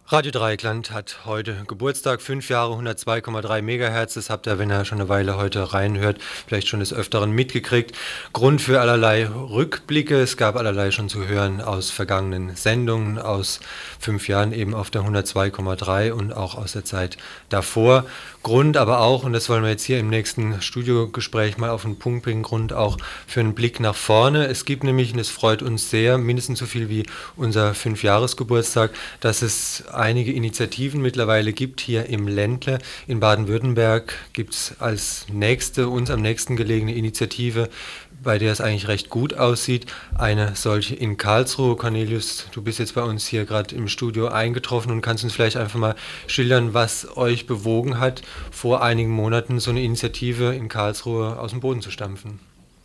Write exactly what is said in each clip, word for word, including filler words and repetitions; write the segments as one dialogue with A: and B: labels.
A: Radio Dreieckland hat heute Geburtstag, fünf Jahre, hundertzwei Komma drei Megahertz. Das habt ihr, wenn ihr schon eine Weile heute reinhört, vielleicht schon des Öfteren mitgekriegt. Grund für allerlei Rückblicke. Es gab allerlei schon zu hören aus vergangenen Sendungen, aus fünf Jahren eben auf der hundertzwei Komma drei und auch aus der Zeit davor. Grund aber auch, und das wollen wir jetzt hier im nächsten Studiogespräch mal auf den Punkt bringen, Grund auch für einen Blick nach vorne. Es gibt nämlich, und es freut uns sehr, mindestens so viel wie unser Fünfjahresgeburtstag, dass es einige Initiativen mittlerweile gibt hier im Ländle. In Baden-Württemberg gibt es als nächste, uns am nächsten gelegene Initiative, bei der es eigentlich recht gut aussieht, eine solche in Karlsruhe. Cornelius, du bist jetzt bei uns hier gerade im Studio eingetroffen und kannst uns vielleicht einfach mal schildern, was euch bewogen hat, vor einigen Monaten so eine Initiative in Karlsruhe aus dem Boden zu stampfen.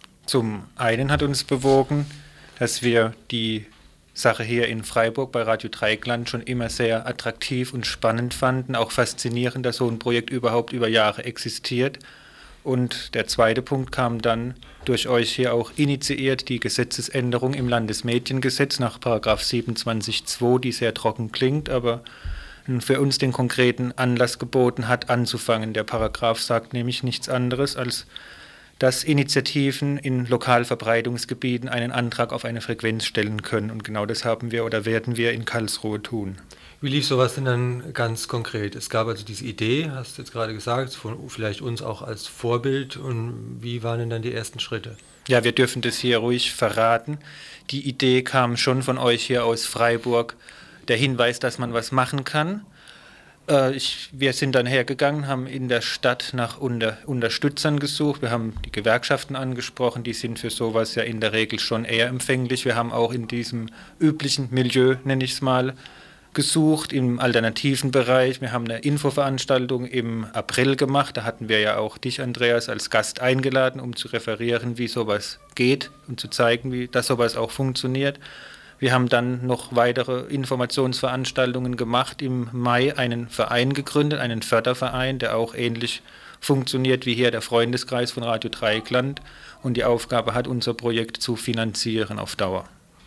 B: Zum einen hat uns bewogen, dass wir die Sache hier in Freiburg bei Radio Dreieckland schon immer sehr attraktiv und spannend fanden, auch faszinierend, dass so ein Projekt überhaupt über Jahre existiert. Und der zweite Punkt kam dann durch euch hier auch initiiert, die Gesetzesänderung im Landesmediengesetz nach Paragraph siebenundzwanzig Absatz zwei, die sehr trocken klingt, aber für uns den konkreten Anlass geboten hat, anzufangen. Der Paragraph sagt nämlich nichts anderes, als dass Initiativen in Lokalverbreitungsgebieten einen Antrag auf eine Frequenz stellen können. Und genau das haben wir oder werden wir in Karlsruhe tun.
A: Wie lief sowas denn dann ganz konkret? Es gab also diese Idee, hast du jetzt gerade gesagt, von vielleicht uns auch als Vorbild. Und wie waren denn dann die ersten Schritte?
B: Ja, wir dürfen das hier ruhig verraten. Die Idee kam schon von euch hier aus Freiburg. Der Hinweis, dass man was machen kann. Äh, ich, wir sind dann hergegangen, haben in der Stadt nach Unter, Unterstützern gesucht. Wir haben die Gewerkschaften angesprochen, die sind für sowas ja in der Regel schon eher empfänglich. Wir haben auch in diesem üblichen Milieu, nenne ich es mal, gesucht, im alternativen Bereich. Wir haben eine Infoveranstaltung im April gemacht. Da hatten wir ja auch dich, Andreas, als Gast eingeladen, um zu referieren, wie sowas geht und zu zeigen, wie dass sowas auch funktioniert. Wir haben dann noch weitere Informationsveranstaltungen gemacht, im Mai einen Verein gegründet, einen Förderverein, der auch ähnlich funktioniert wie hier der Freundeskreis von Radio Dreieckland und die Aufgabe hat, unser Projekt zu finanzieren auf Dauer.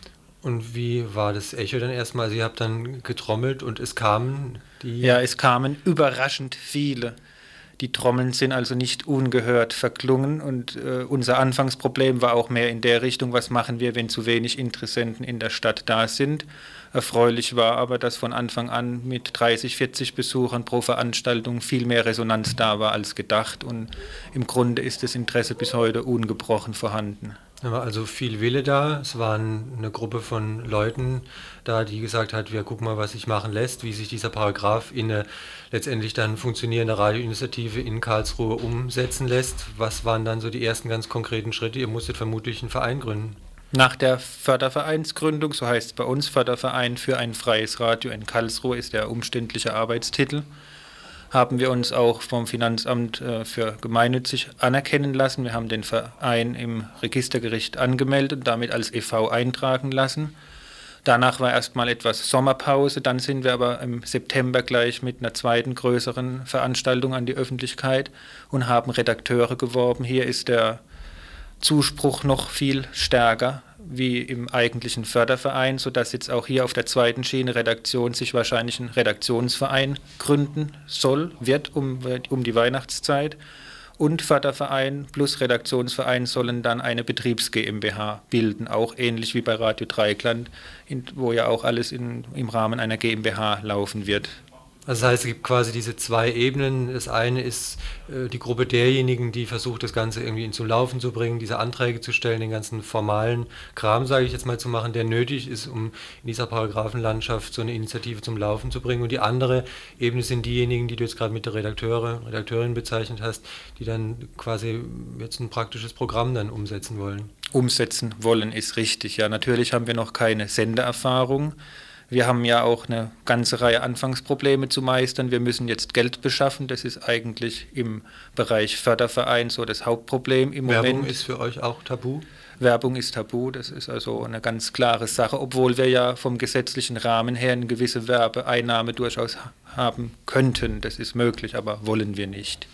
A: Und wie war das Echo dann erstmal? Also ihr habt dann getrommelt und es kamen die...
B: Ja, es kamen überraschend viele. Die Trommeln sind also nicht ungehört verklungen und äh, unser Anfangsproblem war auch mehr in der Richtung, was machen wir, wenn zu wenig Interessenten in der Stadt da sind. Erfreulich war aber, dass von Anfang an mit dreißig, vierzig Besuchern pro Veranstaltung viel mehr Resonanz da war als gedacht und im Grunde ist das Interesse bis heute ungebrochen vorhanden.
A: Da war also viel Wille da. Es waren eine Gruppe von Leuten da, die gesagt hat, wir gucken mal, was sich machen lässt, wie sich dieser Paragraph in eine letztendlich dann funktionierende Radioinitiative in Karlsruhe umsetzen lässt. Was waren dann so die ersten ganz konkreten Schritte? Ihr musstet vermutlich einen Verein gründen.
B: Nach der Fördervereinsgründung, so heißt es bei uns, Förderverein für ein freies Radio in Karlsruhe ist der umständliche Arbeitstitel, haben wir uns auch vom Finanzamt äh, für gemeinnützig anerkennen lassen. Wir haben den Verein im Registergericht angemeldet und damit als e V eintragen lassen. Danach war erstmal etwas Sommerpause, dann sind wir aber im September gleich mit einer zweiten größeren Veranstaltung an die Öffentlichkeit und haben Redakteure geworben. Hier ist der Zuspruch noch viel stärker wie im eigentlichen Förderverein, sodass jetzt auch hier auf der zweiten Schiene Redaktion sich wahrscheinlich ein Redaktionsverein gründen soll, wird um, um die Weihnachtszeit. Und Förderverein plus Redaktionsverein sollen dann eine Betriebs GmbH bilden, auch ähnlich wie bei Radio Dreieckland, in, wo ja auch alles in, im Rahmen einer GmbH laufen wird.
A: Also das heißt, es gibt quasi diese zwei Ebenen. Das eine ist äh, die Gruppe derjenigen, die versucht, das Ganze irgendwie zum Laufen zu bringen, diese Anträge zu stellen, den ganzen formalen Kram, sage ich jetzt mal, zu machen, der nötig ist, um in dieser Paragraphenlandschaft so eine Initiative zum Laufen zu bringen. Und die andere Ebene sind diejenigen, die du jetzt gerade mit der Redakteure, Redakteurin bezeichnet hast, die dann quasi jetzt ein praktisches Programm dann umsetzen wollen.
B: Umsetzen wollen ist richtig, ja. Natürlich haben wir noch keine Sendeerfahrung. Wir haben ja auch eine ganze Reihe Anfangsprobleme zu meistern. Wir müssen jetzt Geld beschaffen. Das ist eigentlich im Bereich Förderverein so das Hauptproblem im Moment.
A: Werbung ist für euch auch tabu?
B: Werbung ist tabu. Das ist also eine ganz klare Sache, obwohl wir ja vom gesetzlichen Rahmen her eine gewisse Werbeeinnahme durchaus haben könnten. Das ist möglich, aber wollen wir nicht.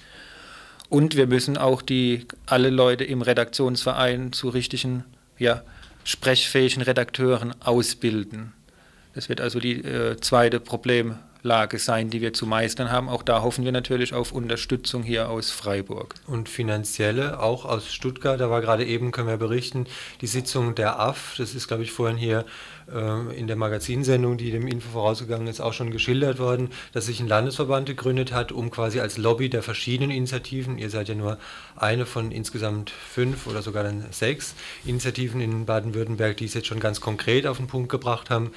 B: Und wir müssen auch die alle Leute im Redaktionsverein zu richtigen, ja, sprechfähigen Redakteuren ausbilden. Das wird also die äh, zweite Problemlage Lage sein, die wir zu meistern haben. Auch da hoffen wir natürlich auf Unterstützung hier aus Freiburg.
A: Und finanzielle, auch aus Stuttgart, da war gerade eben, können wir berichten, die Sitzung der A F, das ist, glaube ich, vorhin hier äh, in der Magazinsendung, die dem Info vorausgegangen ist, auch schon geschildert worden, dass sich ein Landesverband gegründet hat, um quasi als Lobby der verschiedenen Initiativen, ihr seid ja nur eine von insgesamt fünf oder sogar dann sechs Initiativen in Baden-Württemberg, die es jetzt schon ganz konkret auf den Punkt gebracht haben,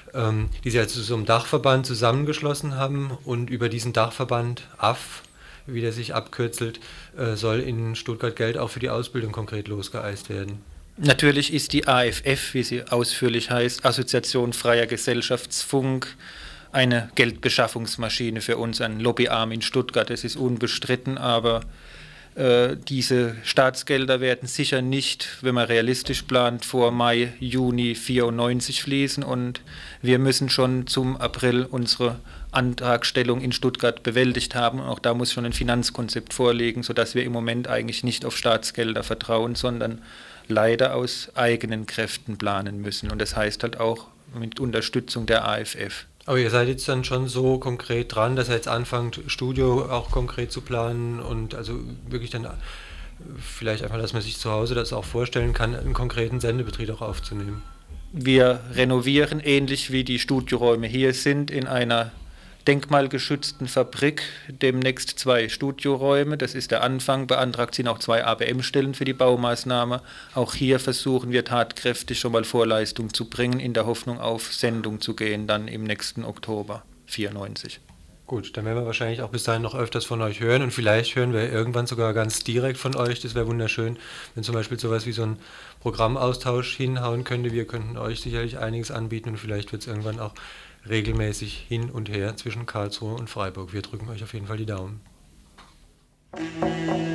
A: die sich also zu so einem Dachverband zusammengeschlossen haben, und über diesen Dachverband A F, wie der sich abkürzelt, soll in Stuttgart Geld auch für die Ausbildung konkret losgeeist werden.
B: Natürlich ist die A F F, wie sie ausführlich heißt, Assoziation Freier Gesellschaftsfunk, eine Geldbeschaffungsmaschine für uns, ein Lobbyarm in Stuttgart. Das ist unbestritten, aber äh, diese Staatsgelder werden sicher nicht, wenn man realistisch plant, vor Mai, Juni vierundneunzig fließen, und wir müssen schon zum April unsere Antragstellung in Stuttgart bewältigt haben. Auch da muss schon ein Finanzkonzept vorliegen, sodass wir im Moment eigentlich nicht auf Staatsgelder vertrauen, sondern leider aus eigenen Kräften planen müssen. Und das heißt halt auch mit Unterstützung der A F F.
A: Aber ihr seid jetzt dann schon so konkret dran, dass ihr jetzt anfangt, Studio auch konkret zu planen und also wirklich dann vielleicht einfach, dass man sich zu Hause das auch vorstellen kann, einen konkreten Sendebetrieb auch aufzunehmen.
B: Wir renovieren, ähnlich wie die Studioräume hier sind, in einer denkmalgeschützten Fabrik demnächst zwei Studioräume. Das ist der Anfang. Beantragt sind auch zwei A B M-Stellen für die Baumaßnahme. Auch hier versuchen wir tatkräftig schon mal Vorleistung zu bringen, in der Hoffnung auf Sendung zu gehen, dann im nächsten Oktober vierundneunzig.
A: Gut, dann werden wir wahrscheinlich auch bis dahin noch öfters von euch hören, und vielleicht hören wir irgendwann sogar ganz direkt von euch. Das wäre wunderschön, wenn zum Beispiel sowas wie so ein Programmaustausch hinhauen könnte. Wir könnten euch sicherlich einiges anbieten, und vielleicht wird es irgendwann auch regelmäßig hin und her zwischen Karlsruhe und Freiburg. Wir drücken euch auf jeden Fall die Daumen.